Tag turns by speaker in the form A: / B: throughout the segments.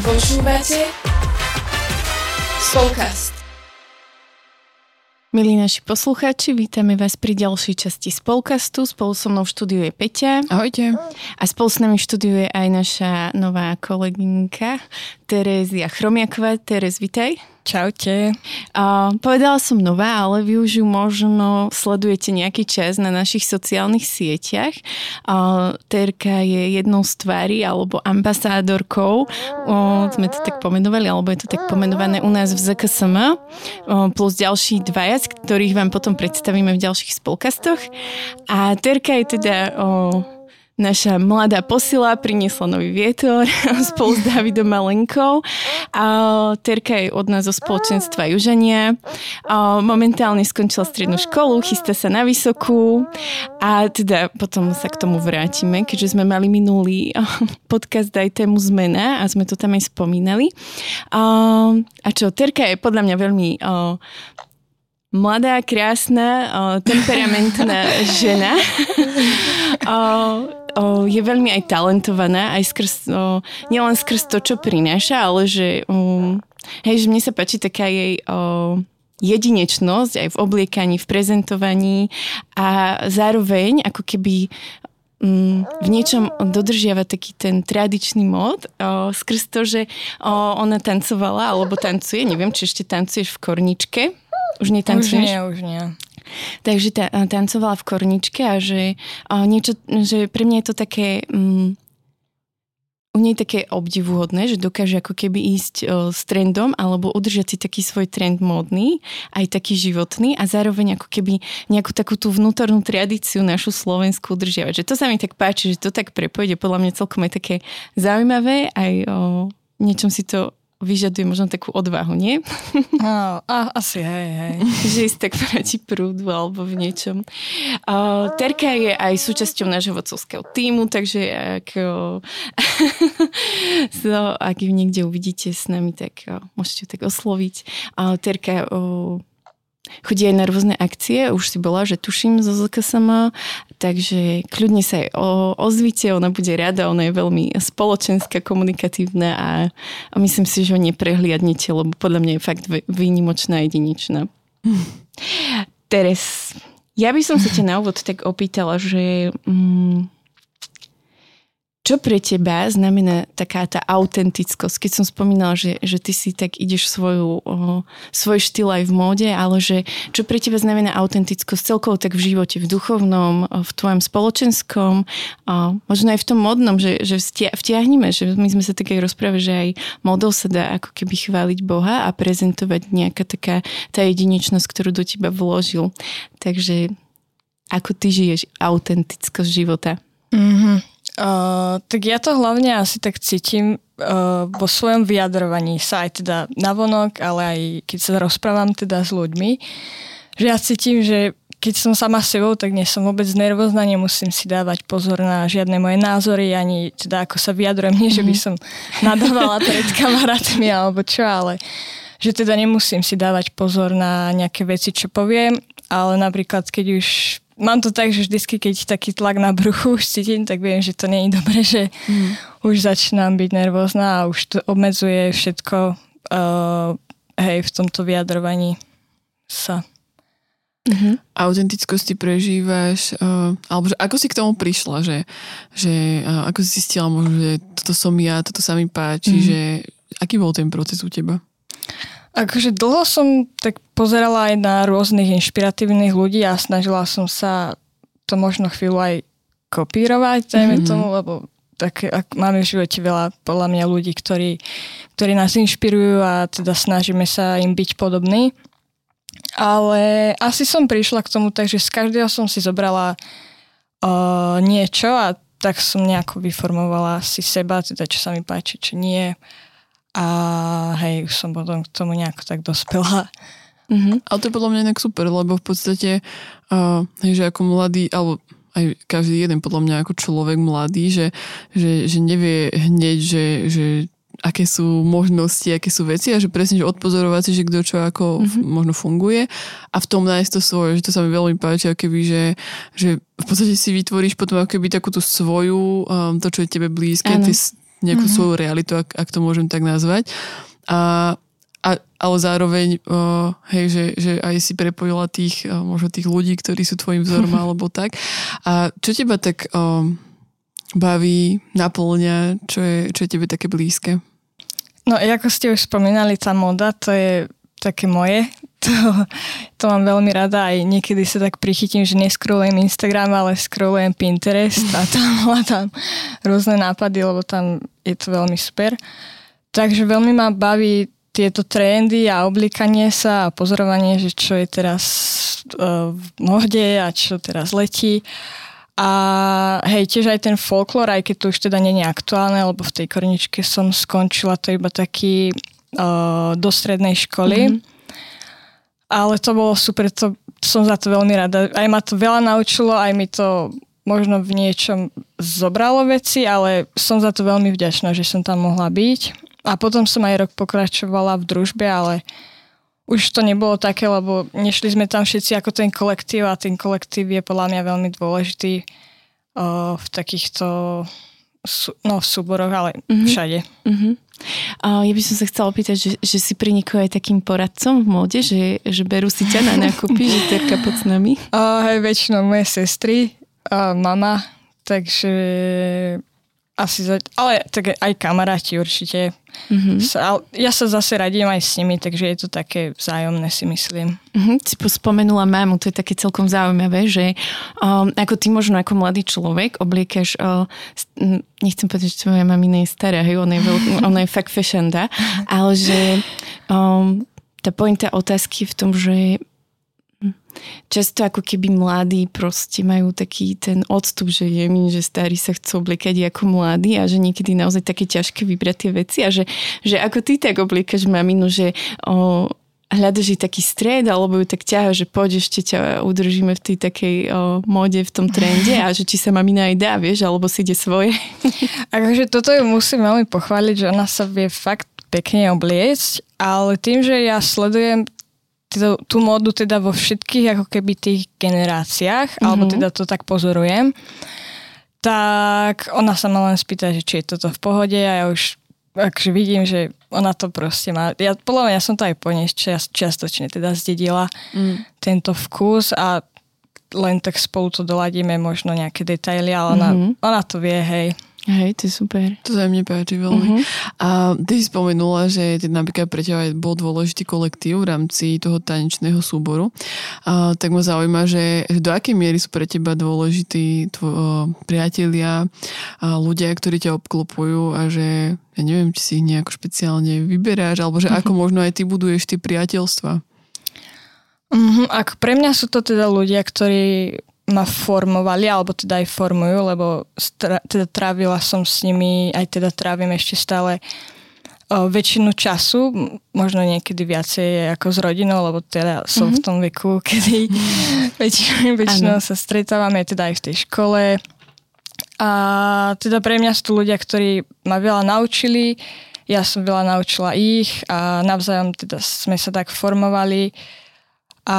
A: Počúvate Spolkast.
B: Milí naši poslucháči, vítame vás pri ďalšej časti Spolkastu. Spolu so mnou v štúdiu je Peťa.
C: Ahojte.
B: A spolu s nami v štúdiu je aj naša nová kolegynka Terézia Chromiaková. Terez, vitaj.
C: Čaute.
B: Povedala som nová, ale vy už ju možno sledujete nejaký čas na našich sociálnych sieťach. Terka je jednou z tvári alebo ambasádorkou, sme to tak pomenovali, alebo je to tak pomenované u nás v ZKSM, plus ďalší dvaja, ktorých vám potom predstavíme v ďalších spolkastoch. A Terka je teda naša mladá posila, priniesla nový vietor spolu s Dávidom Malenkou. Terka je od nás zo spoločenstva Južania. Momentálne skončila strednú školu, chystá sa na vysokú a teda potom sa k tomu vrátime, keďže sme mali minulý podcast aj tému zmena a sme to tam aj spomínali. A čo, Terka je podľa mňa veľmi mladá, krásna, temperamentná žena. Je veľmi aj talentovaná, aj nielen skrz to, čo prináša, ale že mne sa páči taká jej jedinečnosť aj v obliekaní, v prezentovaní a zároveň ako keby v niečom dodržiava taký ten tradičný mód skrz to, že ona tancovala alebo tancuje, neviem, či ešte tancuješ v korničke. Už netancuješ?
C: Už nie.
B: Takže tancovala v korničke a že pre mňa je to také u nej také obdivuhodné, že dokáže ako keby ísť s trendom alebo udržať si taký svoj trend módny, aj taký životný a zároveň ako keby nejakú takú tú vnútornú tradíciu našu slovenskú udržiavať. Že to sa mi tak páči, že to tak prepojde, podľa mňa celkom je také zaujímavé, aj niečom si to vyžaduje možno takú odvahu, nie?
C: Asi, hej.
B: Že ísť tak proti prúdu alebo v niečom. Terka je aj súčasťou nášho vodcovského tímu, takže ak ju niekde uvidíte s nami, tak môžete ju tak osloviť. Terka chodí aj na rôzne akcie, už si bola, že tuším zo ZKSM, takže kľudne sa aj ozvite, ona bude rada, ona je veľmi spoločenská, komunikatívna a myslím si, že ho neprehliadnete, lebo podľa mňa je fakt výnimočná a jedinečná. Teres, ja by som sa ťa na úvod tak opýtala, že čo pre teba znamená taká tá autentickosť? Keď som spomínala, že ty si tak ideš svoj štýl aj v móde, ale že čo pre teba znamená autentickosť celkovo tak v živote, v duchovnom, v tvojom spoločenskom, možno aj v tom modnom, že vtiahneme, že my sme sa tak aj rozprávali, že aj modou sa dá ako keby chváliť Boha a prezentovať nejaká taká tá jedinečnosť, ktorú do teba vložil. Takže ako ty žiješ autentickosť života?
C: Tak ja to hlavne asi tak cítim vo svojom vyjadrovaní sa aj teda navonok, ale aj keď sa rozprávam teda s ľuďmi, že ja cítim, že keď som sama sebou, tak nie som vôbec nervózna, nemusím si dávať pozor na žiadne moje názory, ani teda ako sa vyjadrujem, nie že by som nadávala pred kamarátmi alebo čo, ale že teda nemusím si dávať pozor na nejaké veci, čo poviem, ale napríklad keď už mám to tak, že vždycky, keď taký tlak na bruchu už cítim, tak viem, že to nie je dobré, že už začínam byť nervózna a už to obmedzuje všetko v tomto vyjadrovaní sa.
D: Autentickosť ty prežívaš, alebo že ako si k tomu prišla, že ako si zistila možno, že toto som ja, toto sa mi páči, že aký bol ten proces u teba?
C: Akože dlho som tak pozerala aj na rôznych inšpiratívnych ľudí a snažila som sa to možno chvíľu aj kopírovať, dajme tomu, lebo tak máme v živote veľa podľa mňa ľudí, ktorí nás inšpirujú a teda snažíme sa im byť podobní. Ale asi som prišla k tomu tak, že z každého som si zobrala niečo a tak som nejako vyformovala si seba, teda čo sa mi páči, čo nie. A už som potom k tomu nejako tak dospela.
D: Ale to je podľa mňa inak super, lebo v podstate, že ako mladý, alebo aj každý jeden podľa mňa ako človek mladý, že nevie hneď, že aké sú možnosti, aké sú veci a že presne, že odpozorovať si, že kto čo ako možno funguje a v tom nájsť to svoje, že to sa mi veľmi páči, akoby, že v podstate si vytvoríš potom akoby takú tú svoju, to, čo je tebe blízke, nejakú svoju realitu, ak to môžem tak nazvať. Ale zároveň, hej, že aj si prepojila možno tých ľudí, ktorí sú tvojim vzorom alebo tak. A čo teba tak baví, naplňa, čo je tebe také blízke?
C: No, ako ste už spomínali, tá moda, to je také moje. To mám veľmi rada, aj niekedy sa tak prichytím, že nescrollujem Instagram, ale scrollujem Pinterest a tam rôzne nápady, lebo tam je to veľmi super. Takže veľmi ma baví tieto trendy a oblikanie sa a pozorovanie, že čo je teraz v móde a čo teraz letí. A hej, tiež aj ten folklór, aj keď to už teda nie je aktuálne, lebo v tej Korničke som skončila to iba taký do strednej školy. Ale to bolo super, to som za to veľmi rada. Aj ma to veľa naučilo, aj mi to možno v niečom zobralo veci, ale som za to veľmi vďačná, že som tam mohla byť. A potom som aj rok pokračovala v družbe, ale už to nebolo také, lebo nešli sme tam všetci ako ten kolektív a ten kolektív je podľa mňa veľmi dôležitý v takýchto súboroch, ale všade.
B: Ja by som sa chcela opýtať, že si pri niekoho aj takým poradcom v móde, že berú si ťa na nákupy, že Terka poď s nami?
C: Hej, väčšinou moje sestry, mama, takže asi ale tak aj kamaráti určite. Ja sa zase radím aj s nimi, takže je to také vzájomné, si myslím.
B: Si spomenula mámu, to je také celkom zaujímavé, že ako ty možno ako mladý človek obliekaš, nechcem povedať, že tvoja mamina je stará, hej, ona je fakt fešanda, ale že tá pointa otázky je v tom, že často ako keby mladí proste majú taký ten odstup, že je mi, že starí sa chcú obliekať ako mladí a že niekedy naozaj také ťažké vybrať tie veci a že ako ty tak obliekaš maminu, že hľadaš jej taký stred alebo ju tak ťaha, že poď ešte ťa udržíme v tej takej móde, v tom trende a že či sa mamina aj dá, vieš, alebo si ide svoje.
C: Akože toto ju musím veľmi pochváliť, že ona sa vie fakt pekne obliecť, ale tým, že ja sledujem tú módu teda vo všetkých ako keby tých generáciách, alebo teda to tak pozorujem, tak ona sa ma len spýta, že či je toto v pohode a ja už akože vidím, že ona to proste má. Podľa mňa som to aj po nej čiastočne teda zdedila tento vkus a len tak spolu to doladíme možno nejaké detaily, ale ona to vie, hej.
B: Hej, to je super.
D: To sa mne páči veľmi. A ty si spomenula, že napríklad pre teba bol dôležitý kolektív v rámci toho tanečného súboru. Tak ma zaujíma, že do akej miery sú pre teba dôležití priatelia, ľudia, ktorí ťa obklopujú a že ja neviem, či si ich nejako špeciálne vyberáš, alebo že ako možno aj ty buduješ tie priateľstva.
C: Ako pre mňa sú to teda ľudia, ktorí ma formovali, alebo teda aj formujú, lebo teda trávila som s nimi, aj teda trávim ešte stále väčšinu času, možno niekedy viacej ako s rodinou, lebo teda som v tom veku, kedy väčšinou sa stretávame teda aj v tej škole. A teda pre mňa sú to ľudia, ktorí ma veľa naučili, ja som veľa naučila ich a navzájom teda sme sa tak formovali a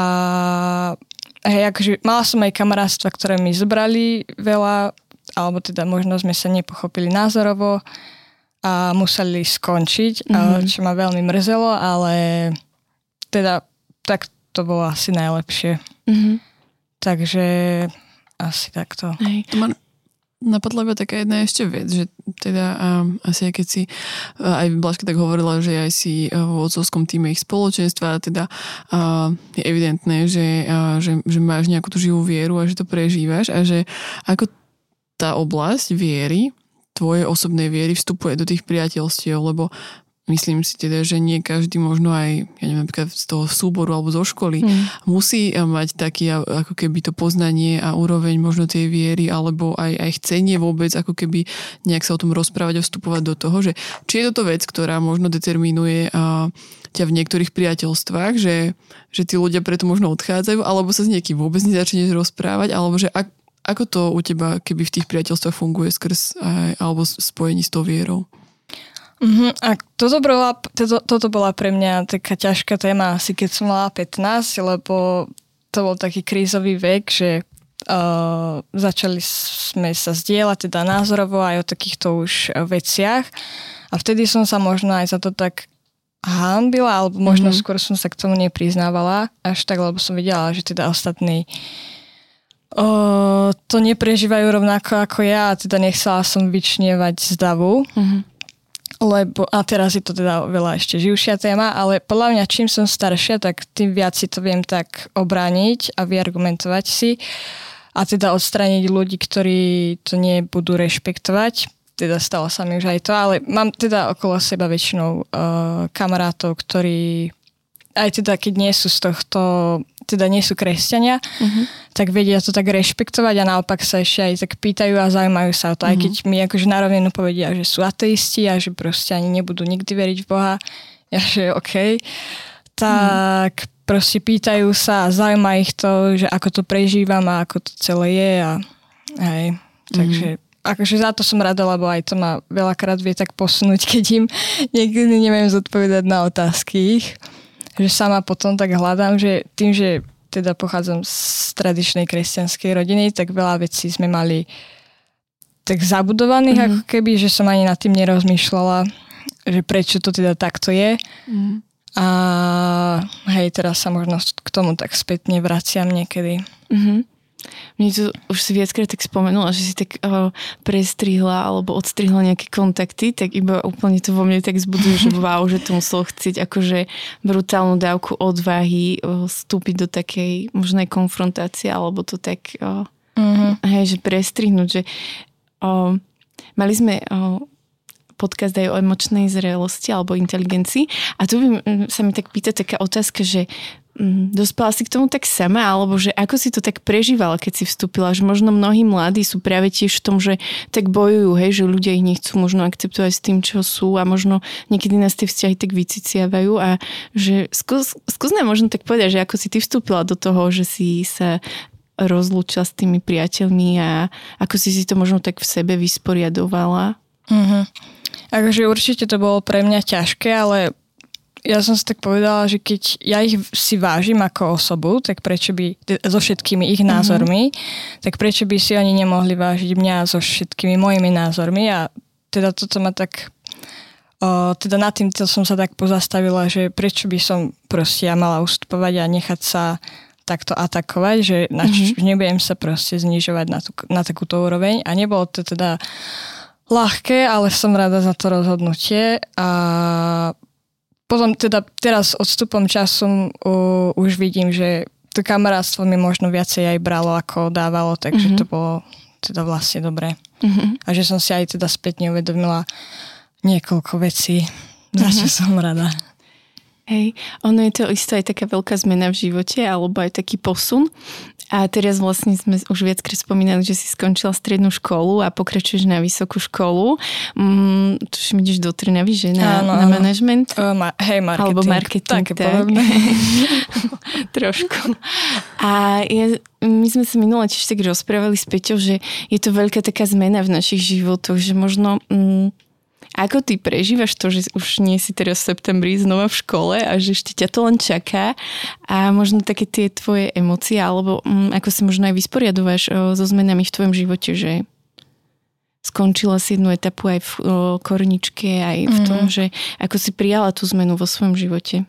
C: hej, akože mala som aj kamarátstva, ktoré mi zobrali veľa, alebo teda možno sme sa nepochopili názorovo a museli skončiť, čo ma veľmi mrzelo, ale teda tak to bolo asi najlepšie. Takže asi takto.
D: Hej. To ma napadla iba taká jedna ešte vec, že teda asi aj keď si aj Blažka tak hovorila, že aj si v otcovskom týme ich spoločenstva, teda je evidentné, že máš nejakú tú živú vieru a že to prežívaš a že ako tá oblasť viery, tvojej osobnej viery vstupuje do tých priateľstiev, lebo myslím si teda, že nie každý možno aj, ja neviem, napríklad z toho súboru alebo zo školy musí mať taký ako keby to poznanie a úroveň možno tej viery alebo aj chcenie vôbec ako keby nejak sa o tom rozprávať a vstupovať do toho, že či je toto vec, ktorá možno determinuje ťa v niektorých priateľstvách, že tí ľudia preto možno odchádzajú, alebo sa s niekým vôbec nezačneš rozprávať, alebo že ako to u teba keby v tých priateľstvách funguje skrz alebo spojení s tou vierou?
C: A toto bola pre mňa taká ťažká téma, asi keď som mala 15, lebo to bol taký krízový vek, že začali sme sa zdieľať teda názorovo aj o takýchto už veciach a vtedy som sa možno aj za to tak hanbila, alebo možno skôr som sa k tomu nepriznávala až tak, lebo som videla, že teda ostatní to neprežívajú rovnako ako ja a teda nechcela som vyčnievať z davu. Lebo, a teraz je to teda veľa ešte živšia téma, ale podľa mňa čím som staršia, tak tým viac si to viem tak obrániť a vyargumentovať si a teda odstrániť ľudí, ktorí to nebudú rešpektovať. Teda stalo sa mi už aj to, ale mám teda okolo seba väčšinou kamarátov, ktorí aj teda keď nie sú z tohto, teda nie sú kresťania, tak vedia to tak rešpektovať a naopak sa ešte aj tak pýtajú a zaujímajú sa o to. Aj keď mi akože na rovinu povedia, že sú ateisti a že proste ani nebudú nikdy veriť v Boha, ja že okej, tak proste pýtajú sa a zaujíma ich to, že ako to prežívam a ako to celé je a hej, takže akože za to som rada, lebo aj to ma veľakrát vie tak posunúť, keď im niekedy neviem zodpovedať na otázky ich. Že sama potom tak hľadám, že tým, že teda pochádzam z tradičnej kresťanskej rodiny, tak veľa vecí sme mali tak zabudovaných, ako keby, že som ani nad tým nerozmýšľala, že prečo to teda takto je. A hej, teraz sa možno k tomu tak spätne vraciam niekedy.
B: Mne to už si viackrát tak spomenula, že si tak prestrihla alebo odstrihla nejaké kontakty, tak iba úplne to vo mne tak zbuduje, že wow, že to muselo chcieť akože brutálnu dávku odvahy vstúpiť do takej možnej konfrontácie alebo to tak hej, že prestrihnúť, že mali sme podcast aj o emočnej zrelosti alebo inteligencii a tu by sa mi tak pýta taká otázka, že dospela si k tomu tak sama, alebo že ako si to tak prežívala, keď si vstúpila, že možno mnohí mladí sú práve tiež v tom, že tak bojujú, hej, že ľudia ich nechcú možno akceptovať s tým, čo sú a možno niekedy nás tie vzťahy tak vyciciavajú a že skús nám možno tak povedať, že ako si ty vstúpila do toho, že si sa rozlúčila s tými priateľmi a ako si to možno tak v sebe vysporiadovala.
C: Akože určite to bolo pre mňa ťažké, ale ja som si tak povedala, že keď ja ich si vážim ako osobu, tak prečo by, so všetkými ich názormi, tak prečo by si oni nemohli vážiť mňa so všetkými mojimi názormi a teda toto ma tak, teda nad týmto som sa tak pozastavila, že prečo by som proste ja mala ustupovať a nechať sa takto atakovať, že nebudem sa proste znižovať na takúto úroveň a nebolo to teda ľahké, ale som rada za to rozhodnutie a potom teda teraz odstupom času už vidím, že to kamarátstvo mi možno viacej aj bralo, ako dávalo, takže to bolo teda vlastne dobré. A že som si aj teda spätne uvedomila niekoľko vecí, za čo som rada.
B: Hej, ono je to isto aj taká veľká zmena v živote, alebo aj taký posun. A teraz vlastne sme už viackrát spomínali, že si skončila strednú školu a pokračuješ na vysokú školu. Tuším, ideš do Trnavy, že? Na manažment?
C: Hej, marketing.
B: Alebo marketing,
C: také podobné.
B: Trošku. A my sme sa minule tiež tak rozprávali s Peťou, že je to veľká taká zmena v našich životoch, že možno... Ako ty prežívaš to, že už nie si teraz v septembri znova v škole a že ešte ťa to len čaká a možno také tie tvoje emócie alebo ako si možno aj vysporiadováš so zmenami v tvojom živote, že skončila si jednu etapu aj v korničke, aj v tom, že ako si prijala tú zmenu vo svojom živote?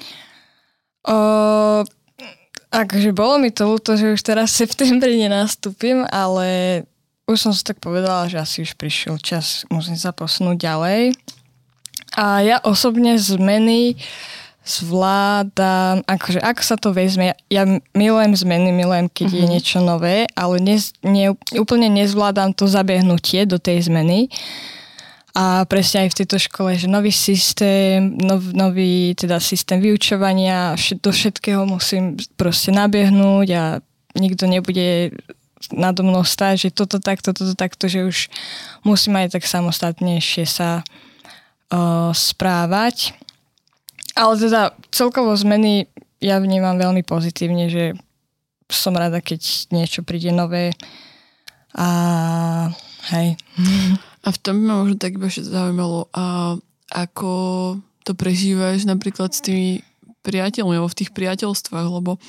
C: Akože bolo mi to ľúto, že už teraz v septembri nenastúpim, ale už som si tak povedala, že asi už prišiel čas, musím sa posunúť ďalej. A ja osobne zmeny zvládam, akože ako sa to vezme, ja milujem zmeny, milujem, keď je niečo nové, ale úplne nezvládam to zabehnutie do tej zmeny. A presne aj v tejto škole, že nový systém, nový teda systém vyučovania, do všetkého musím proste nabehnúť a nikto nebude nado mnou stáť, že toto takto, že už musím aj tak samostatnejšie sa správať. Ale teda celkovo zmeny ja vnímam veľmi pozitívne, že som rada, keď niečo príde nové a hej.
D: A v tom by ma možno tak iba zaujímalo, ako to prežívaš napríklad s tými priateľmi alebo v tých priateľstvách, lebo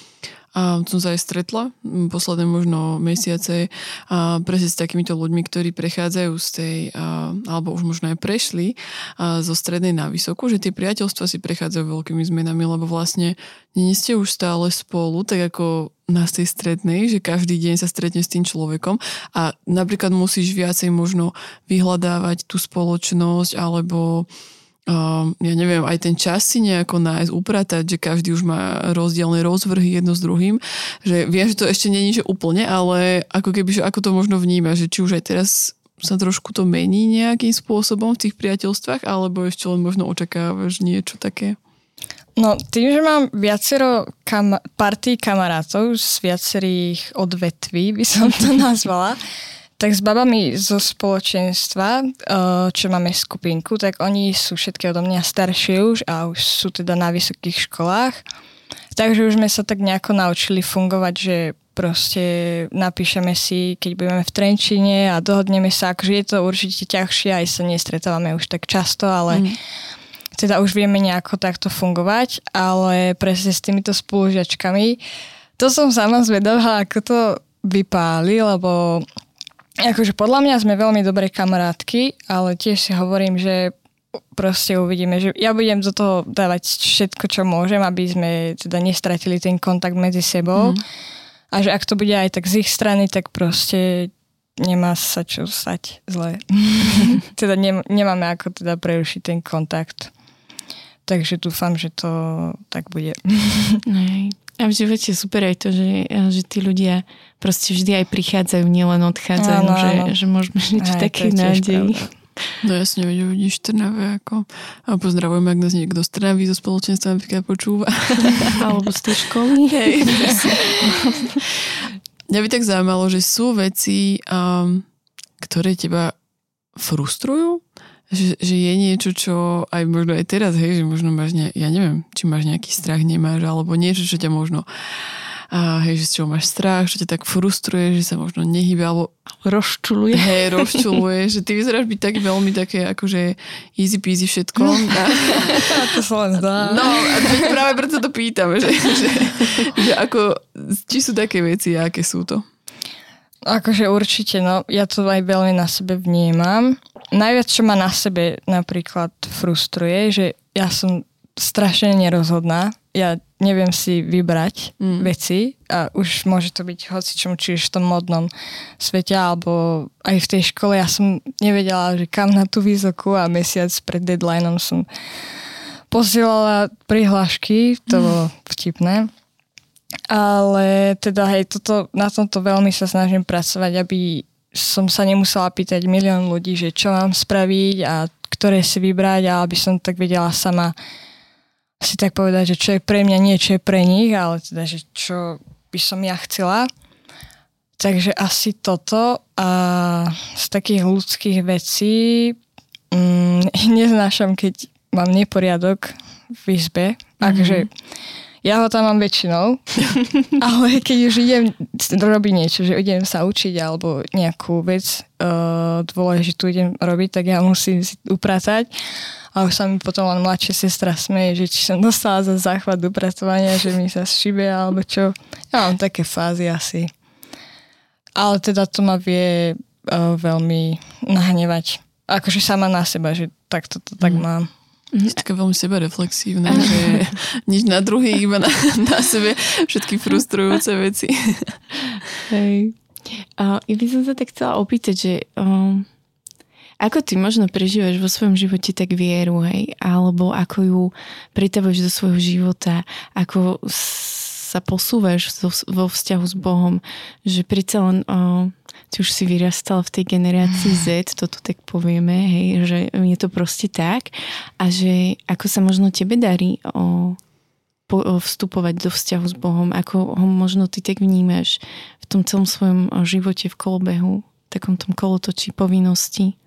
D: a som sa aj stretla posledné možno mesiace presne s takýmito ľuďmi, ktorí prechádzajú z tej, alebo už možno aj prešli zo strednej na vysokú, že tie priateľstva si prechádzajú veľkými zmenami, lebo vlastne nie ste už stále spolu, tak ako na tej strednej, že každý deň sa stretne s tým človekom a napríklad musíš viacej možno vyhľadávať tú spoločnosť alebo ja neviem, aj ten čas si nejako nájsť, upratať, že každý už má rozdielne rozvrhy jedno s druhým, že viem, že to ešte nie je že úplne, ale ako keby, že ako to možno vníma, že či už aj teraz sa trošku to mení nejakým spôsobom v tých priateľstvách, alebo ešte len možno očakávaš niečo také?
C: No, tým, že mám viacero partí kamarátov z viacerých odvetví, by som to nazvala, tak s babami zo spoločenstva, čo máme skupinku, tak oni sú všetky odo mňa staršie už a už sú teda na vysokých školách. Takže už sme sa tak nejako naučili fungovať, že proste napíšeme si, keď budeme v Trenčine a dohodneme sa, akože je to určite ťažšie, aj sa nestretávame už tak často, ale teda už vieme nejako takto fungovať, ale presne s týmito spolužiačkami, to som sama zvedavá, ako to vypáli, lebo akože podľa mňa sme veľmi dobré kamarátky, ale tiež si hovorím, že proste uvidíme, že ja budem do toho dávať všetko, čo môžem, aby sme teda nestratili ten kontakt medzi sebou. A že ak to bude aj tak z ich strany, tak proste nemá sa čo stať zle. Teda nemáme ako teda prerušiť ten kontakt. Takže dúfam, že to tak bude.
B: Nej. A v živote je super aj to, že tí ľudia proste vždy aj prichádzajú, nielen odchádzajú, áno. Že môžeme žiť v takej nádeji.
D: No jasne, vidíš Trnave ako. A pozdravujem, ak nás niekto z Trnavy zo spoločenstva napríklad počúva.
B: Alebo z tej školy.
D: Hej, mňa by tak zaujímalo, že sú veci, ktoré teba frustrujú? Že je niečo, čo aj možno aj teraz, hej, že možno máš, ja neviem, či máš nejaký strach, nemáš, alebo niečo, čo ťa možno, hej, že z čoho máš strach, čo ťa tak frustruje, že sa možno nehýbe, alebo
B: rozčuluje.
D: Hej, rozčuluje, že ty vyzeráš byť tak veľmi také, akože easy peasy všetko.
C: To sa len zdá.
D: No, a práve preto to pýtam, že ako, či sú také veci a aké sú to?
C: Akože určite, no, ja to aj veľmi na sebe vnímam. Najviac, čo ma na sebe napríklad frustruje, že ja som strašne nerozhodná. Ja neviem si vybrať veci a už môže to byť hocičom, či v tom modnom svete, alebo aj v tej škole ja som nevedela, že kam na tú výzoku a mesiac pred deadlineom som posielala prihlášky, to bolo vtipné. Ale teda hej, na tomto veľmi sa snažím pracovať, aby som sa nemusela pýtať milión ľudí, že čo mám spraviť a ktoré si vybrať, a aby som tak vedela sama si tak povedať, že čo je pre mňa, nie čo je pre nich, ale teda, že čo by som ja chcela. Takže asi toto. A z takých ľudských vecí neznášam, keď mám neporiadok v izbe. Takže ja ho tam mám väčšinou, ale keď už idem robiť niečo, že idem sa učiť alebo nejakú vec dôležitú idem robiť, tak ja musím si upratať. A už sa mi potom len mladšia sestra smeje, že či som dostala za záchvat upratovania, že mi sa šibe alebo čo. Ja mám také fázy asi. Ale teda to ma vie veľmi nahnevať. Akože sama na seba, že takto to tak mám.
D: Je taká veľmi sebareflexívna, že nič na druhých, iba na sebe všetky frustrujúce veci.
B: Hej. Ja by som sa tak chcela opýtať, že ako ty možno prežívaš vo svojom živote tak vieru, hej? Alebo ako ju pretavuješ do svojho života, ako sa posúvaš vo vzťahu s Bohom, že predsa len ty už si vyrastal v tej generácii Z, toto tak povieme, hej, že je to proste tak, a že ako sa možno tebe darí vstupovať do vzťahu s Bohom, ako ho možno ty tak vnímaš v tom celom svojom živote v kolobehu, v takom tom kolotočí povinností.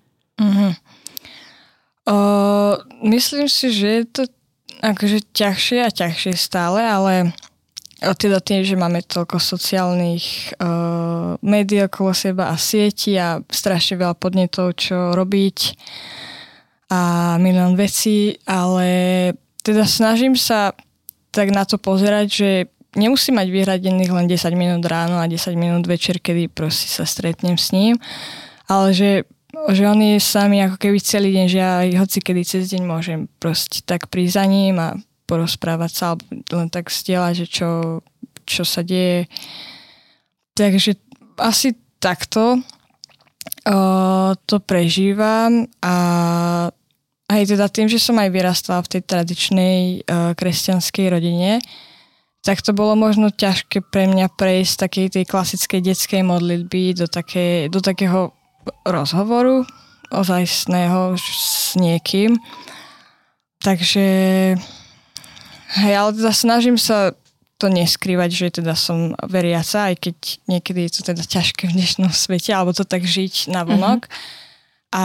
C: Myslím si, že je to akože ťažšie a ťažšie stále, ale teda tým, že máme toľko sociálnych médií okolo seba a sietí a strašne veľa podnetov, čo robiť a milión vecí, ale teda snažím sa tak na to pozerať, že nemusí mať vyhradených len 10 minút ráno a 10 minút večer, kedy proste sa stretnem s ním, ale že on je sami ako keby celý deň, že ja hoci kedy cez deň môžem proste tak prísť za ním a porozprávať sa, alebo len tak zdieľať, že čo sa deje. Takže asi takto to prežívam a aj teda tým, že som aj vyrastala v tej tradičnej kresťanskej rodine, tak to bolo možno ťažké pre mňa prejsť z takej tej klasickej detskej modlitby do takého rozhovoru ozajstného s niekým. Takže hej, ale teda snažím sa to neskrývať, že teda som veriaca, aj keď niekedy je to teda ťažké v dnešnom svete, alebo to tak žiť na vonok. A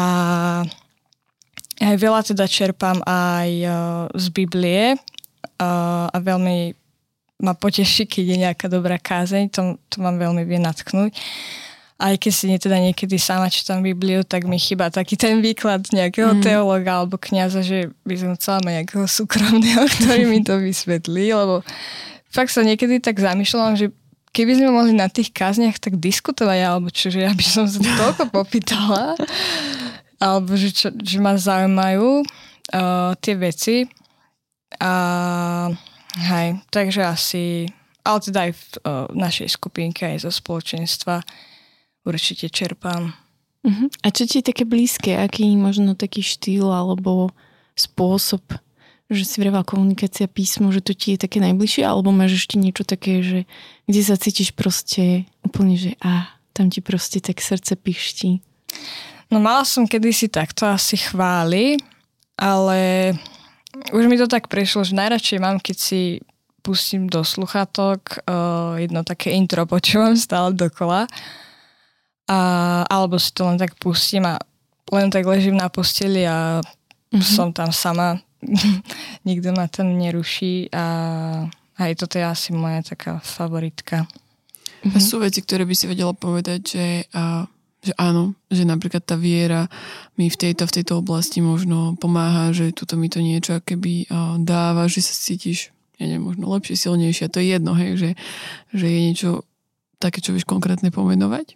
C: aj veľa teda čerpám aj z Biblie a veľmi ma poteší, keď je nejaká dobrá kázeň, to mám veľmi vie natknúť. Aj keď si teda niekedy sama čítam Bibliu, tak mi chýba taký ten výklad nejakého teológa alebo kňaza, že by som chcela mať nejakého súkromného, ktorý mi to vysvetlí, lebo fakt sa niekedy tak zamýšľam, že keby sme mohli na tých kázniach tak diskutovať, alebo čo, že ja by som sa toľko popýtala, alebo že ma zaujímajú tie veci. A hej, takže asi, ale teda aj v našej skupinke, aj zo spoločenstva určite čerpám.
B: A čo ti je také blízke? Aký možno taký štýl alebo spôsob, že si vravala komunikácia, písmo, že to ti je také najbližšie, alebo máš ešte niečo také, že kde sa cítiš proste úplne, že tam ti proste tak srdce piští?
C: No mala som kedysi takto asi chvály, ale už mi to tak prešlo, že najradšej mám, keď si pustím do sluchatok jedno také intro, počúvam stále dokola. Alebo si to len tak pustím a len tak ležím na posteli a som tam sama. Nikto ma tam neruší a aj toto je asi moja taká favoritka.
D: A sú veci, ktoré by si vedela povedať, že áno, že napríklad tá viera mi v tejto oblasti možno pomáha, že tuto mi to niečo keby dáva, že sa cítiš, ja neviem, možno lepšie, silnejšie. To je jedno, hej, že je niečo také, čo vieš konkrétne pomenovať?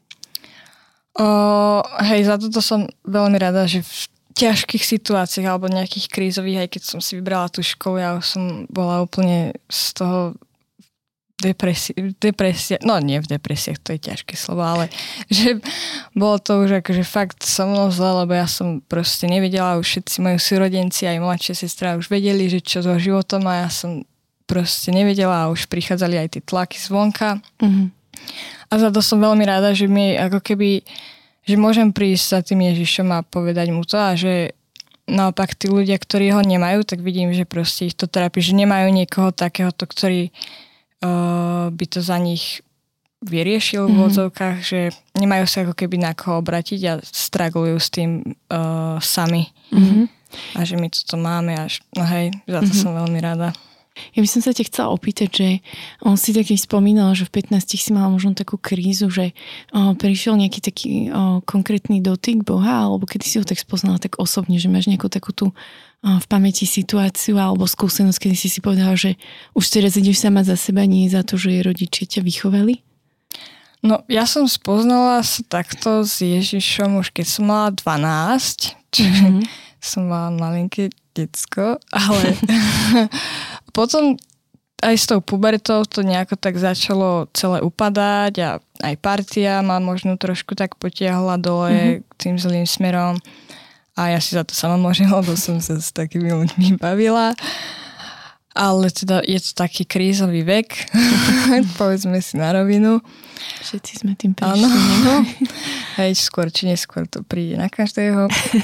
C: Hej, za toto som veľmi rada, že v ťažkých situáciách alebo nejakých krízových, aj keď som si vybrala tú školu, ja som bola úplne z toho depresia, no nie v depresiách, to je ťažké slovo, ale že bolo to už akože fakt so mnou zle, lebo ja som proste nevedela, už všetci moji súrodenci, aj mladšia sestra už vedeli, že čo so životom a ja som proste nevedela a už prichádzali aj tie tlaky zvonka. A za to som veľmi rada, že mi ako keby, že môžem prísť za tým Ježišom a povedať mu to a že naopak tí ľudia, ktorí ho nemajú, tak vidím, že proste ich to trápi, že nemajú niekoho takéhoto, ktorý by to za nich vyriešil v odzovkách, že nemajú sa ako keby na koho obratiť a straglujú s tým sami. A že my toto máme a no hej, za to som veľmi rada.
B: Ja by som sa ťa chcela opýtať, že on si taký spomínal, že v 15 si mala možno takú krízu, že prišiel nejaký taký konkrétny dotyk Boha, alebo kedy si ho tak spoznala tak osobne, že máš nejakú takú tú v pamäti situáciu alebo skúsenosť, kedy si povedala, že už teraz ideš sama za seba, nie za to, že rodičia ťa vychovali?
C: No, ja som spoznala sa takto s Ježišom už keď som mala 12, čiže som mala malinké decko, ale potom aj s tou pubertou to nejako tak začalo celé upadať a aj partia ma možno trošku tak potiahla dole tým zlým smerom a ja si za to sama môžem, lebo som sa s takými ľuďmi bavila. Ale teda je to taký krízový vek, povedzme si na rovinu.
B: Všetci sme tým prešli.
C: Áno. Hej, skôr či neskôr to príde na každého.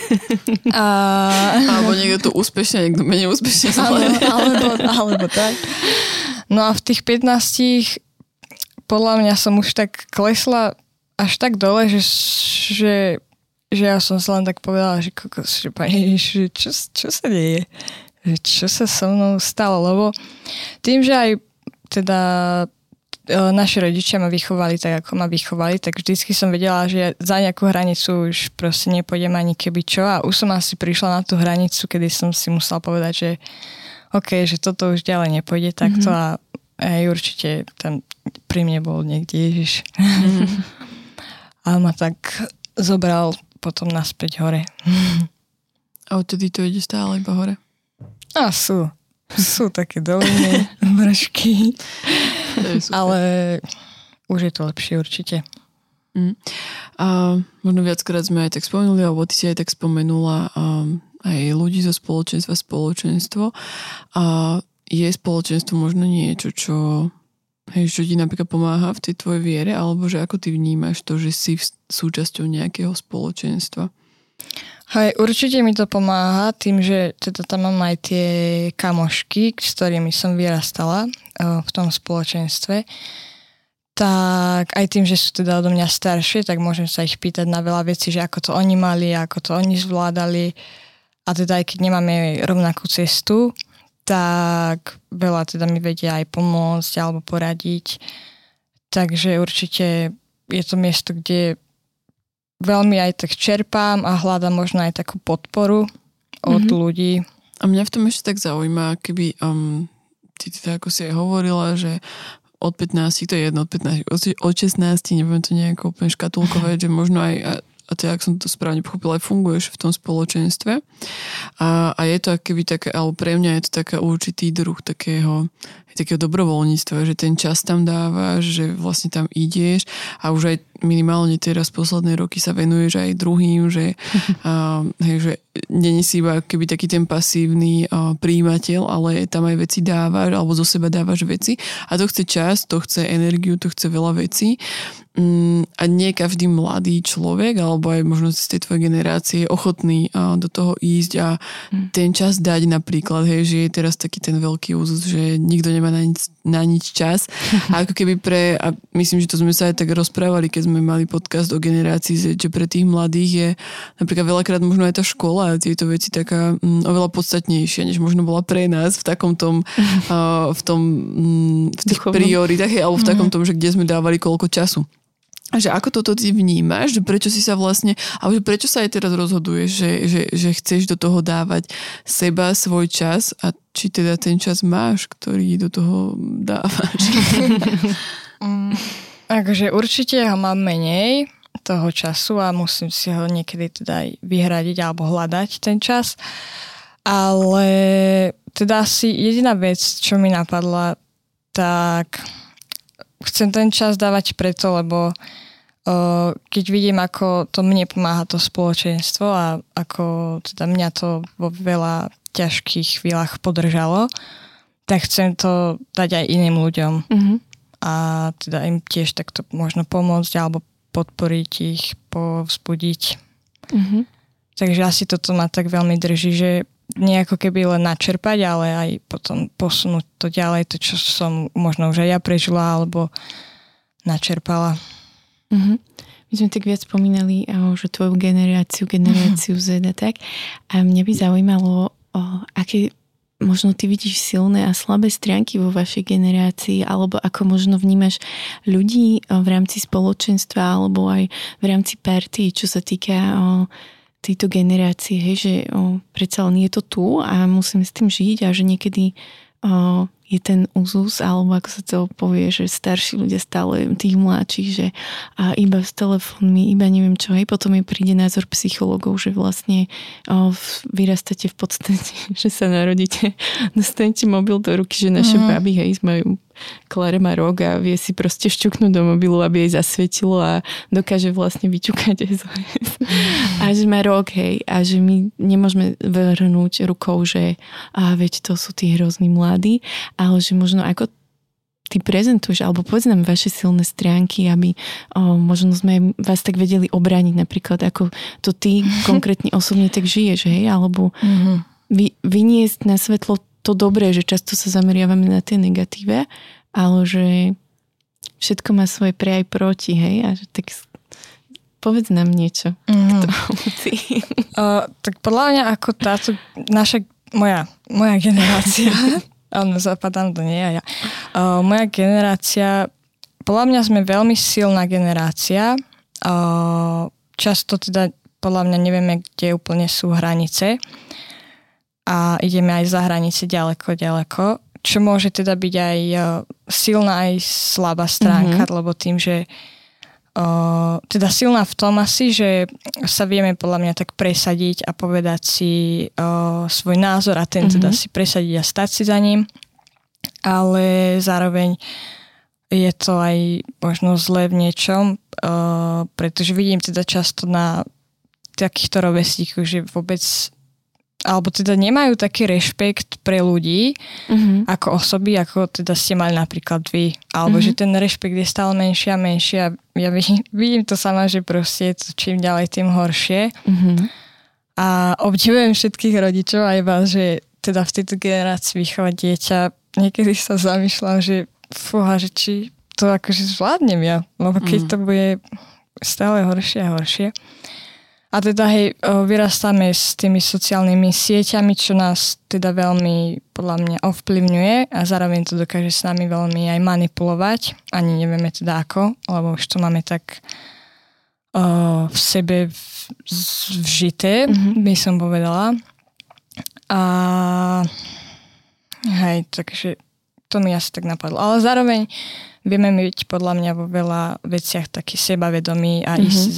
D: Alebo niekto to úspešne, niekto menej úspešne.
C: Alebo tak. No a v tých 15 podľa mňa som už tak klesla až tak dole, že ja som sa len tak povedala, že Pane Ježiš, čo sa deje? Čo sa so mnou stalo, lebo tým, že aj teda naši rodičia ma vychovali tak, ako ma vychovali, tak vždycky som vedela, že za nejakú hranicu už proste nepôjdem ani keby čo a už som asi prišla na tú hranicu, kedy som si musela povedať, že OK, že toto už ďalej nepôjde takto a Aj určite tam pri mne bol niekde Ježiš. A ma tak zobral potom naspäť hore.
D: A odtedy to ide stále iba hore?
C: A sú také doliny, vršky. Ale už je to lepšie určite.
D: A možno viackrát sme aj tak spomenuli, alebo ty si aj tak spomenula aj ľudí zo spoločenstvo. A je spoločenstvo možno niečo, čo ti napríklad pomáha v tej tvojej viere, alebo že ako ty vnímaš to, že si súčasťou nejakého spoločenstva?
C: Hej, určite mi to pomáha tým, že teda tam mám aj tie kamošky, s ktorými som vyrastala v tom spoločenstve. Tak aj tým, že sú teda odo mňa staršie, tak môžem sa ich pýtať na veľa vecí, že ako to oni mali, ako to oni zvládali. A teda aj keď nemáme rovnakú cestu, tak veľa teda mi vedia aj pomôcť alebo poradiť. Takže určite je to miesto, kde veľmi aj tak čerpám a hľadám možno aj takú podporu od ľudí.
D: A mňa v tom ešte tak zaujíma, keby ty teda ako si aj hovorila, že od 15, to je jedno, od 16, nebudem to nejako úplne škatulkovať, že možno aj, a to, ak som to správne pochopila, aj funguješ v tom spoločenstve. A je to akoby také, alebo pre mňa je to taká určitý druh takého dobrovoľníctva, že ten čas tam dávaš, že vlastne tam ideš a už aj minimálne teraz posledné roky sa venuješ aj druhým, že není si iba keby taký ten pasívny prijímateľ, ale tam aj veci dávaš, alebo zo seba dávaš veci. A to chce čas, to chce energiu, to chce veľa vecí. A nie každý mladý človek, alebo aj možno z tej tvojej generácie je ochotný do toho ísť a ten čas dať napríklad, že je teraz taký ten veľký úzus, že nikto nemá na nič čas. A ako keby a myslím, že to sme sa aj tak rozprávali, keď sme mali podcast o generácii, že pre tých mladých je napríklad veľakrát možno aj tá škola a tieto veci taká oveľa podstatnejšia, než možno bola pre nás v takom tom, v tých prioritách, alebo v takom tom, že kde sme dávali koľko času. A že ako toto ty vnímaš, že prečo si sa vlastne, alebo prečo sa aj teraz rozhoduješ, že chceš do toho dávať seba, svoj čas a či teda ten čas máš, ktorý do toho dávaš?
C: Takže určite ho mám menej toho času a musím si ho niekedy teda aj vyhradiť alebo hľadať ten čas. Ale teda asi jediná vec, čo mi napadla, tak chcem ten čas dávať preto, lebo keď vidím, ako to mne pomáha to spoločenstvo a ako teda mňa to vo veľa ťažkých chvíľach podržalo, tak chcem to dať aj iným ľuďom. A teda im tiež takto možno pomôcť alebo podporiť ich, povzbudiť. Takže asi toto ma tak veľmi drží, že nie ako keby len načerpať, ale aj potom posunúť to ďalej, to, čo som možno už aj ja prežila alebo načerpala.
B: My sme tak viac spomínali, že tvoju generáciu Z a tak. A mňa by zaujímalo, aké možno ty vidíš silné a slabé stránky vo vašej generácii, alebo ako možno vnímaš ľudí v rámci spoločenstva alebo aj v rámci party, čo sa týka tejto generácie, že predsa len je to tu a musíme s tým žiť a že niekedy je ten úzus, alebo ako sa to povie, že starší ľudia stále tých mladších, že iba s telefónmi, iba neviem čo, aj potom mi príde názor psychológov, že vlastne vyrastáte v podstate, že sa narodíte, dostanete mobil do ruky, že naše baby, majú Klára má rok a vie si proste šťuknúť do mobilu, aby jej zasvietilo a dokáže vlastne vyťukať SOS. A že má rok, a že my nemôžeme vrhnúť rukou, že veď to sú tí hrozní mladí, ale že možno ako ty prezentuješ, alebo povedz nám vaše silné stránky, aby možno sme vás tak vedeli obrániť napríklad, ako to ty konkrétne osobne tak žiješ, alebo vyniesť na svetlo to dobré, že často sa zameriavame na tie negatíve, ale že všetko má svoje pre aj proti, a že tak povedz nám niečo k tomu.
C: Tak podľa mňa ako táto moja generácia, áno, zapadám do nej a ja. Moja generácia, podľa mňa sme veľmi silná generácia. Často teda podľa mňa nevieme, kde úplne sú hranice. A ideme aj za hranice ďaleko, čo môže teda byť aj silná, aj slabá stránka, lebo tým, že teda silná v tom asi, že sa vieme podľa mňa tak presadiť a povedať si svoj názor a ten teda si presadiť a stať si za ním, ale zároveň je to aj možno zlé v niečom, pretože vidím teda často na takýchto rovesníkoch, že vôbec alebo teda nemajú taký rešpekt pre ľudí ako osoby, ako teda ste mali napríklad vy. Alebo že ten rešpekt je stále menší a menší a ja vidím to sama, že proste je to čím ďalej, tým horšie. A obdivujem všetkých rodičov aj vás, že teda v tejto generácii vychovať dieťa. Niekedy sa zamýšľam, že fúha, že či to akože zvládnem ja, lebo keď to bude stále horšie a horšie. A teda vyrastáme s tými sociálnymi sieťami, čo nás teda veľmi podľa mňa ovplyvňuje a zároveň to dokáže s nami veľmi aj manipulovať. Ani nevieme teda ako, lebo už to máme tak v sebe vžité, by som povedala. A takže to mi asi tak napadlo. Ale zároveň vieme byť podľa mňa vo veľa veciach taký sebavedomí a ísť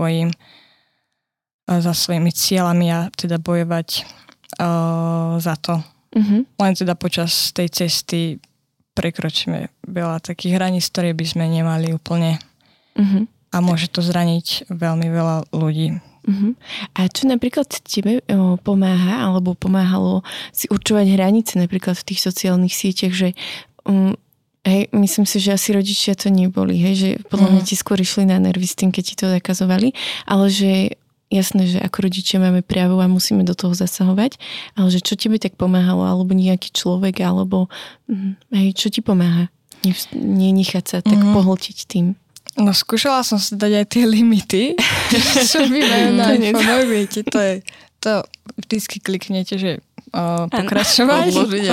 C: za svojimi cieľami a teda bojovať za to. Len teda počas tej cesty prekročíme veľa takých hraníc, ktoré by sme nemali úplne. A môže to zraniť veľmi veľa ľudí.
B: A čo napríklad tebe pomáha, alebo pomáhalo si určovať hranice napríklad v tých sociálnych sieťach, že myslím si, že asi rodičia to neboli, že podľa mňa ti skôr išli na nervy s tým, keď ti to zakazovali, ale že jasné, že ako rodičia máme právo a musíme do toho zasahovať, ale že čo tebe tak pomáhalo, alebo nejaký človek, alebo čo ti pomáha? Nenechať sa tak pohltiť tým.
C: No skúšala som si dať aj tie limity, čo vy majú na iPhone, viete, to vždycky kliknete, že pokračovať.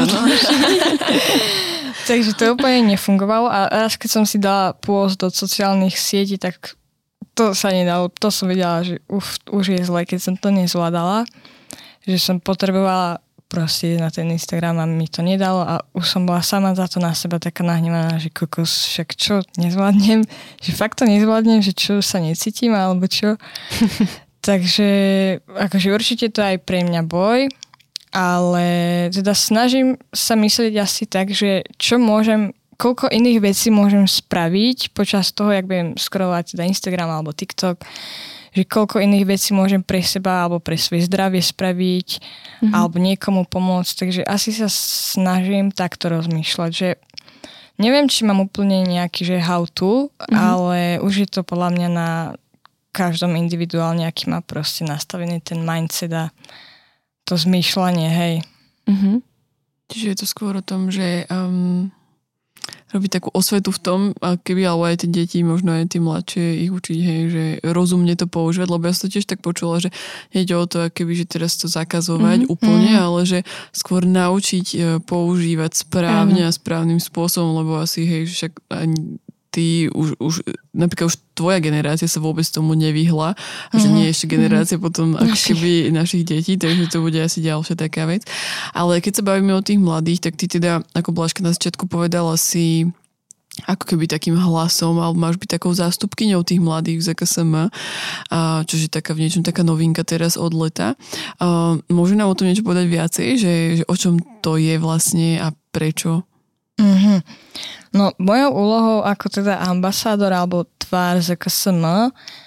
C: Takže to úplne nefungovalo a raz keď som si dala pôjsť do sociálnych sietí, tak to sa nedalo, to som videla, že už je zle, keď som to nezvládala, že som potrebovala proste na ten Instagram a mi to nedalo a už som bola sama za to na seba taká nahnevaná, že kokos, však čo, nezvládnem, že fakt to nezvládnem, že čo, sa necítim alebo čo. Takže akože určite to aj pre mňa boj, ale teda snažím sa myslieť asi tak, že čo môžem, koľko iných vecí môžem spraviť počas toho, jak budem scrollovať teda Instagram alebo TikTok, že koľko iných vecí môžem pre seba alebo pre svoje zdravie spraviť alebo niekomu pomôcť. Takže asi sa snažím takto rozmýšľať, že neviem, či mám úplne nejaký, že how to, ale už je to podľa mňa na každom individuálne, aký má proste nastavený ten mindset a to zmýšľanie, hej.
D: Čiže je to skôr o tom, že robiť takú osvetu v tom, a keby alebo aj tie deti, možno aj tie mladšie ich učiť, hej, že rozumne to používať, lebo ja som to tiež tak počula, že nejde o to, keby, že teraz to zakazovať úplne, ale že skôr naučiť používať správne a správnym spôsobom, lebo asi, hej, však ani ty už napríklad už tvoja generácia sa vôbec tomu nevyhla a že nie je ešte generácia potom ako keby našich detí, takže to bude asi ďalšia taká vec. Ale keď sa bavíme o tých mladých, tak ty teda, ako Bláška na začiatku povedala, si ako keby takým hlasom, alebo máš byť takou zástupkyňou tých mladých v ZKSM, čo je taká v niečom taká novinka teraz od leta. Môže nám o tom niečo povedať viacej, že o čom to je vlastne a prečo?
C: No, mojou úlohou ako teda ambasádor alebo tvár ZKSM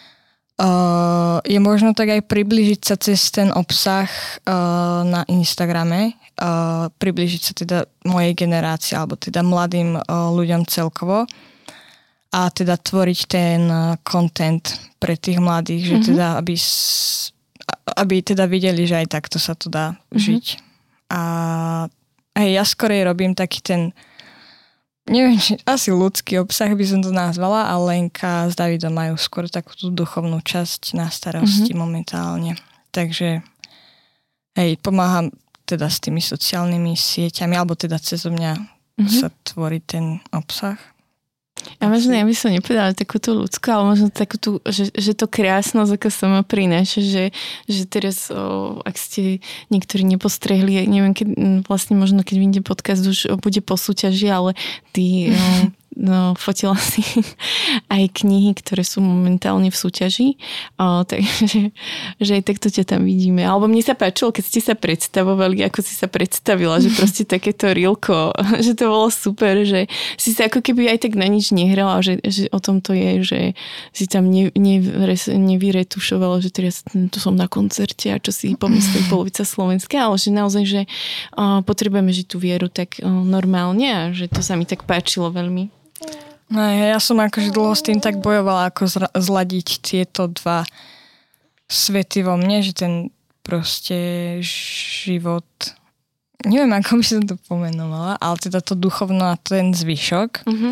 C: je možno tak aj priblížiť sa cez ten obsah na Instagrame, priblížiť sa teda mojej generácii alebo teda mladým ľuďom celkovo a teda tvoriť ten content pre tých mladých, že teda aby teda videli, že aj takto sa to dá žiť. A ja skorej robím taký ten, neviem, asi ľudský obsah by som to nazvala, a Lenka s Davidom majú skôr takú tú duchovnú časť na starosti momentálne. Takže pomáham teda s tými sociálnymi sieťami, alebo teda cez mňa sa tvorí ten obsah.
B: A možno ja by som nepovedala takúto ľudskú, ale možno takúto, že to krásnosť, ako sama prináša, že teraz, ak ste niektorí nepostrehli, neviem, keď, vlastne možno keď vyjde podcast, už bude po súťaži, ale tí... fotila si aj knihy, ktoré sú momentálne v súťaži, takže že aj takto ťa tam vidíme. Alebo mne sa páčilo, keď ste sa predstavovali, ako si sa predstavila, že proste takéto rilko, že to bolo super, že si sa ako keby aj tak na nič nehrala, že o tom to je, že si tam nevyretušovala, že teraz tu som na koncerte a čo si pomyslí polovica Slovenska, ale že naozaj, že potrebujeme žiť tú vieru tak normálne a že to sa mi tak páčilo veľmi.
C: No, ja som akože dlho s tým tak bojovala, ako zladiť tieto dva svety vo mne, že ten proste život, neviem, ako by som to pomenovala, ale teda to duchovno a ten zvyšok. Mm-hmm.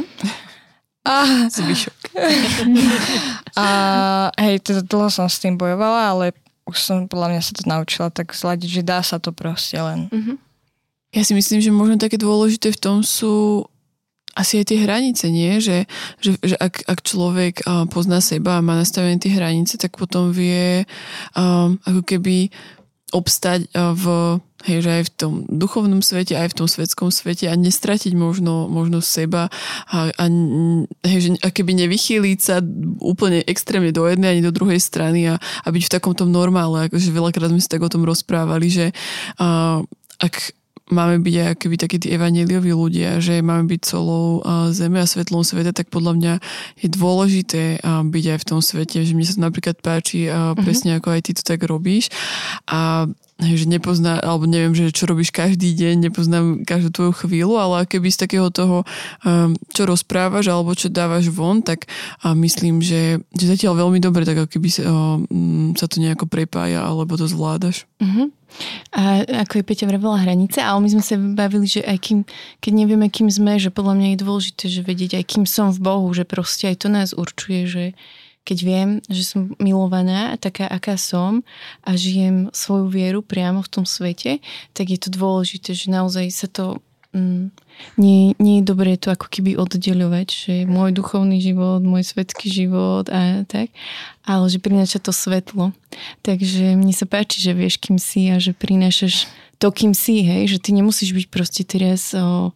D: Zvyšok.
C: A hej, teda dlho som s tým bojovala, ale už som podľa mňa sa to naučila tak zladiť, že dá sa to proste len. Mm-hmm.
D: Ja si myslím, že možno také dôležité v tom sú asi aj tie hranice, nie? Že ak človek pozná seba a má nastavené tie hranice, tak potom vie ako keby obstať že aj v tom duchovnom svete, aj v tom svetskom svete a nestratiť možno seba a keby nevychýliť sa úplne extrémne do jednej ani do druhej strany a byť v takomto normále. Akože veľakrát sme si tak o tom rozprávali, že ak máme byť aj keby takí tí evanjelioví ľudia, že máme byť solou zeme a svetlom sveta, tak podľa mňa je dôležité byť aj v tom svete, že mne sa to napríklad páči presne ako aj ty to tak robíš a že nepozná, alebo neviem, že čo robíš každý deň, nepoznám každú tvoju chvíľu, ale keby z takého toho, čo rozprávaš alebo čo dávaš von, tak myslím, že zatiaľ veľmi dobre, tak ako keby sa to nejako prepája, alebo to zvládaš.
B: A ako je Peťa vravela hranice, ale my sme sa bavili, že aj keď nevieme, kým sme, že podľa mňa je dôležité, že vedieť aj kým som v Bohu, že proste aj to nás určuje, že keď viem, že som milovaná, taká, aká som a žijem svoju vieru priamo v tom svete, tak je to dôležité, že naozaj sa to nie je dobré to ako keby oddeľovať, že môj duchovný život, môj svetský život a tak, ale že prináša to svetlo. Takže mne sa páči, že vieš, kým si a že prinášaš to, kým si, hej, že ty nemusíš byť proste teraz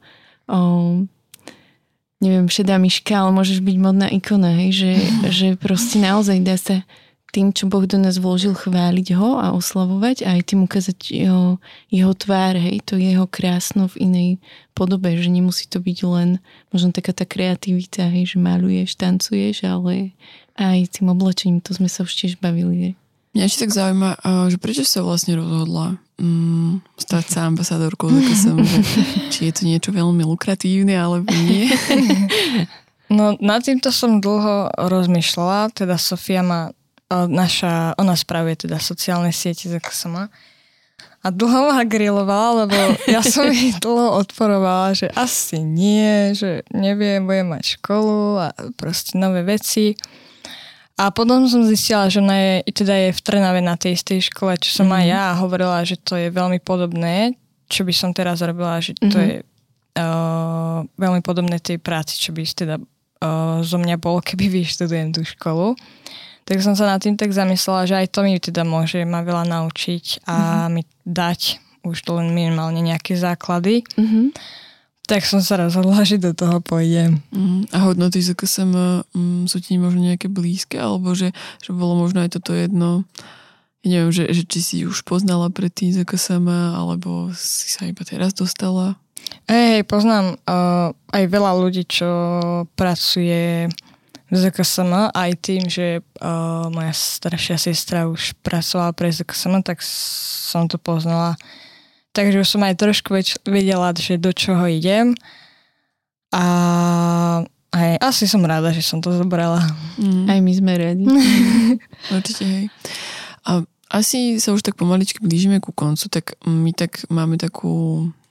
B: neviem, šedá myška, ale môžeš byť modná ikona, hej, že proste naozaj dá sa tým, čo Boh do nás vložil, chváliť ho a oslavovať a aj tým ukázať jeho tvár, hej, to jeho krásno v inej podobe, že nemusí to byť len možno taká tá kreativita, hej, že maľuješ, tancuješ, ale aj tým oblečením, to sme sa už tiež bavili.
D: Mňa ešte tak zaujíma, že prečo sa vlastne rozhodla stať sa ambasádorkou ZKSM, či je to niečo veľmi lukratívne, alebo nie?
C: No, nad týmto som dlho rozmýšľala, teda Sofia má ona spravuje teda sociálne siete ZKSM a dlho ma grilovala, lebo ja som jej dlho odporovala, že asi nie, že neviem, budem mať školu a proste nové veci. A potom som zistila, že ona je v Trnave na tej istej škole, čo som aj ja a hovorila, že to je veľmi podobné, čo by som teraz robila, že to je veľmi podobné tej práci, čo by teda zo mňa bolo, keby vyštudujem tú školu. Tak som sa nad tým tak zamyslela, že aj to mi teda môže ma veľa naučiť a mi dať už len minimálne nejaké základy. Tak som sa rozhodla, že do toho pôjdem.
D: A hodnoty ZKSM sú ti možno nejaké blízke, alebo že bolo možno aj toto jedno, ja neviem, že či si už poznala predtým ZKSM, alebo si sa iba teraz dostala?
C: Poznám aj veľa ľudí, čo pracuje v ZKSM, aj tým, že moja staršia sestra už pracovala pre ZKSM, tak som to poznala. Takže už som aj trošku vedela, že do čoho idem. A aj asi som rada, že som to zobrala.
B: Aj my sme radi.
D: Určite, hej. A asi sa už tak pomaličky blížime ku koncu, tak my tak máme takú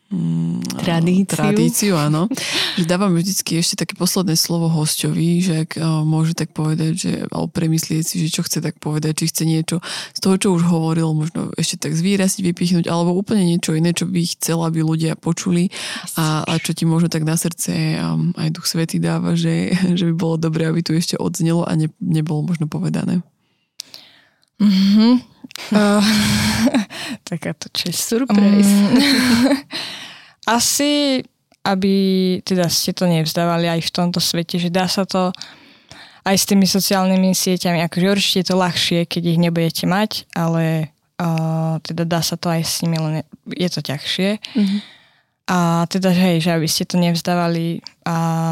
B: tradíciu,
D: áno. Že dávame vždycky ešte také posledné slovo hosťovi, že ak môže tak povedať, že, alebo premyslieť si, že čo chce tak povedať, či chce niečo z toho, čo už hovoril, možno ešte tak zvýraziť, vypichnúť, alebo úplne niečo iné, čo by chcel, aby ľudia počuli a čo ti možno tak na srdce aj Duch Svätý dáva, že by bolo dobré, aby tu ešte odznelo a nebolo možno povedané.
C: Takáto čest. Surprise. Asi, aby teda ste to nevzdávali aj v tomto svete, že dá sa to aj s tými sociálnymi sieťami, akože určite je to ľahšie, keď ich nebudete mať, ale teda dá sa to aj s nimi, len je to ťažšie. Mm-hmm. A teda, hej, že aby ste to nevzdávali a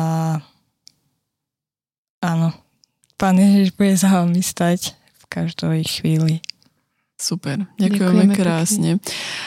C: áno, Pán Ježiš bude za vami stať v každej chvíli.
D: Super, ďakujeme krásne.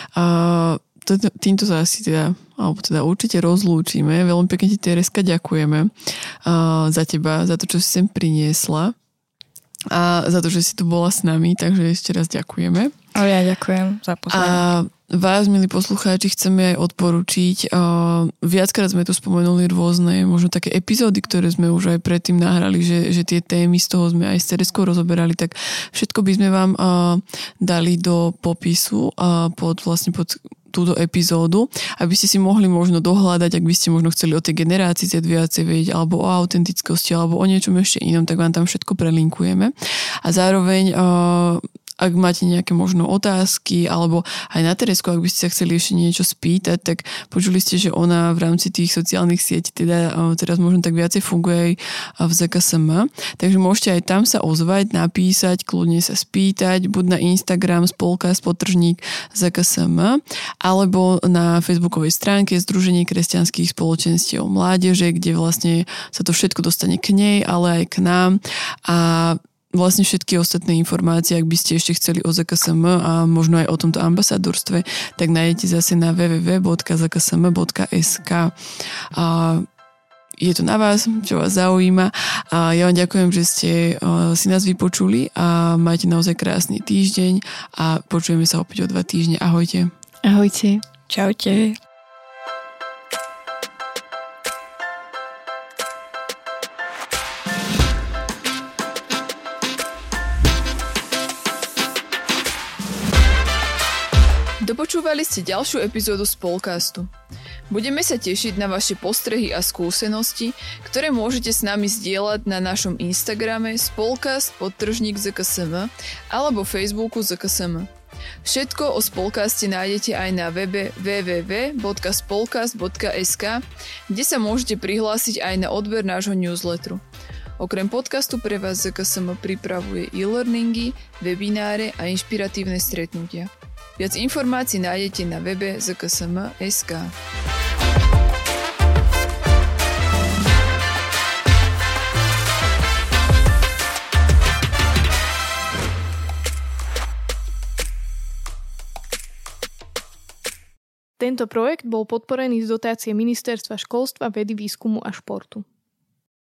D: Týmto sa asi teda určite rozlúčime. Veľmi pekne ti, Tereska, ďakujeme za teba, za to, čo si sem priniesla a za to, že si tu bola s nami, takže ešte raz ďakujeme.
C: Ja ďakujem za pozvanie.
D: A vás, milí poslucháči, chceme aj odporučiť. Viackrát sme tu spomenuli rôzne, možno také epizódy, ktoré sme už aj predtým nahrali, že tie témy z toho sme aj s Tereskou rozoberali, tak všetko by sme vám dali do popisu pod túto epizódu, aby ste si mohli možno dohľadať, ak by ste možno chceli o tej generácii viacej vedieť, alebo o autentickosti, alebo o niečom ešte inom, tak vám tam všetko prelinkujeme. A zároveň ak máte nejaké možno otázky, alebo aj na Teresku, ak by ste sa chceli ešte niečo spýtať, tak počuli ste, že ona v rámci tých sociálnych sietí teda teraz možno tak viacej funguje aj v ZKSM. Takže môžete aj tam sa ozvať, napísať, kľudne sa spýtať, buď na Instagram _podtržník ZKSM, alebo na facebookovej stránke Združenie kresťanských spoločenstiev mládeže, kde vlastne sa to všetko dostane k nej, ale aj k nám a vlastne všetky ostatné informácie, ak by ste ešte chceli o ZKSM a možno aj o tomto ambasádorstve, tak nájdete zase na www.zksm.sk. Je to na vás, čo vás zaujíma. A ja vám ďakujem, že ste si nás vypočuli a majte naozaj krásny týždeň a počujeme sa opäť o 2 týždne. Ahojte.
B: Ahojte.
C: Čaute.
D: Dopočúvali ste ďalšiu epizódu Spolcastu. Budeme sa tešiť na vaše postrehy a skúsenosti, ktoré môžete s nami zdieľať na našom Instagrame spolcast_ZKSM alebo Facebooku ZKSM. Všetko o Spolcaste nájdete aj na webe www.spolcast.sk, kde sa môžete prihlásiť aj na odber nášho newsletteru. Okrem podcastu pre vás ZKSM pripravuje e-learningy, webináre a inšpiratívne stretnutia. Viac informácií nájdete na webe zksm.sk.
A: Tento projekt bol podporený z dotácie Ministerstva školstva, vedy, výskumu a športu.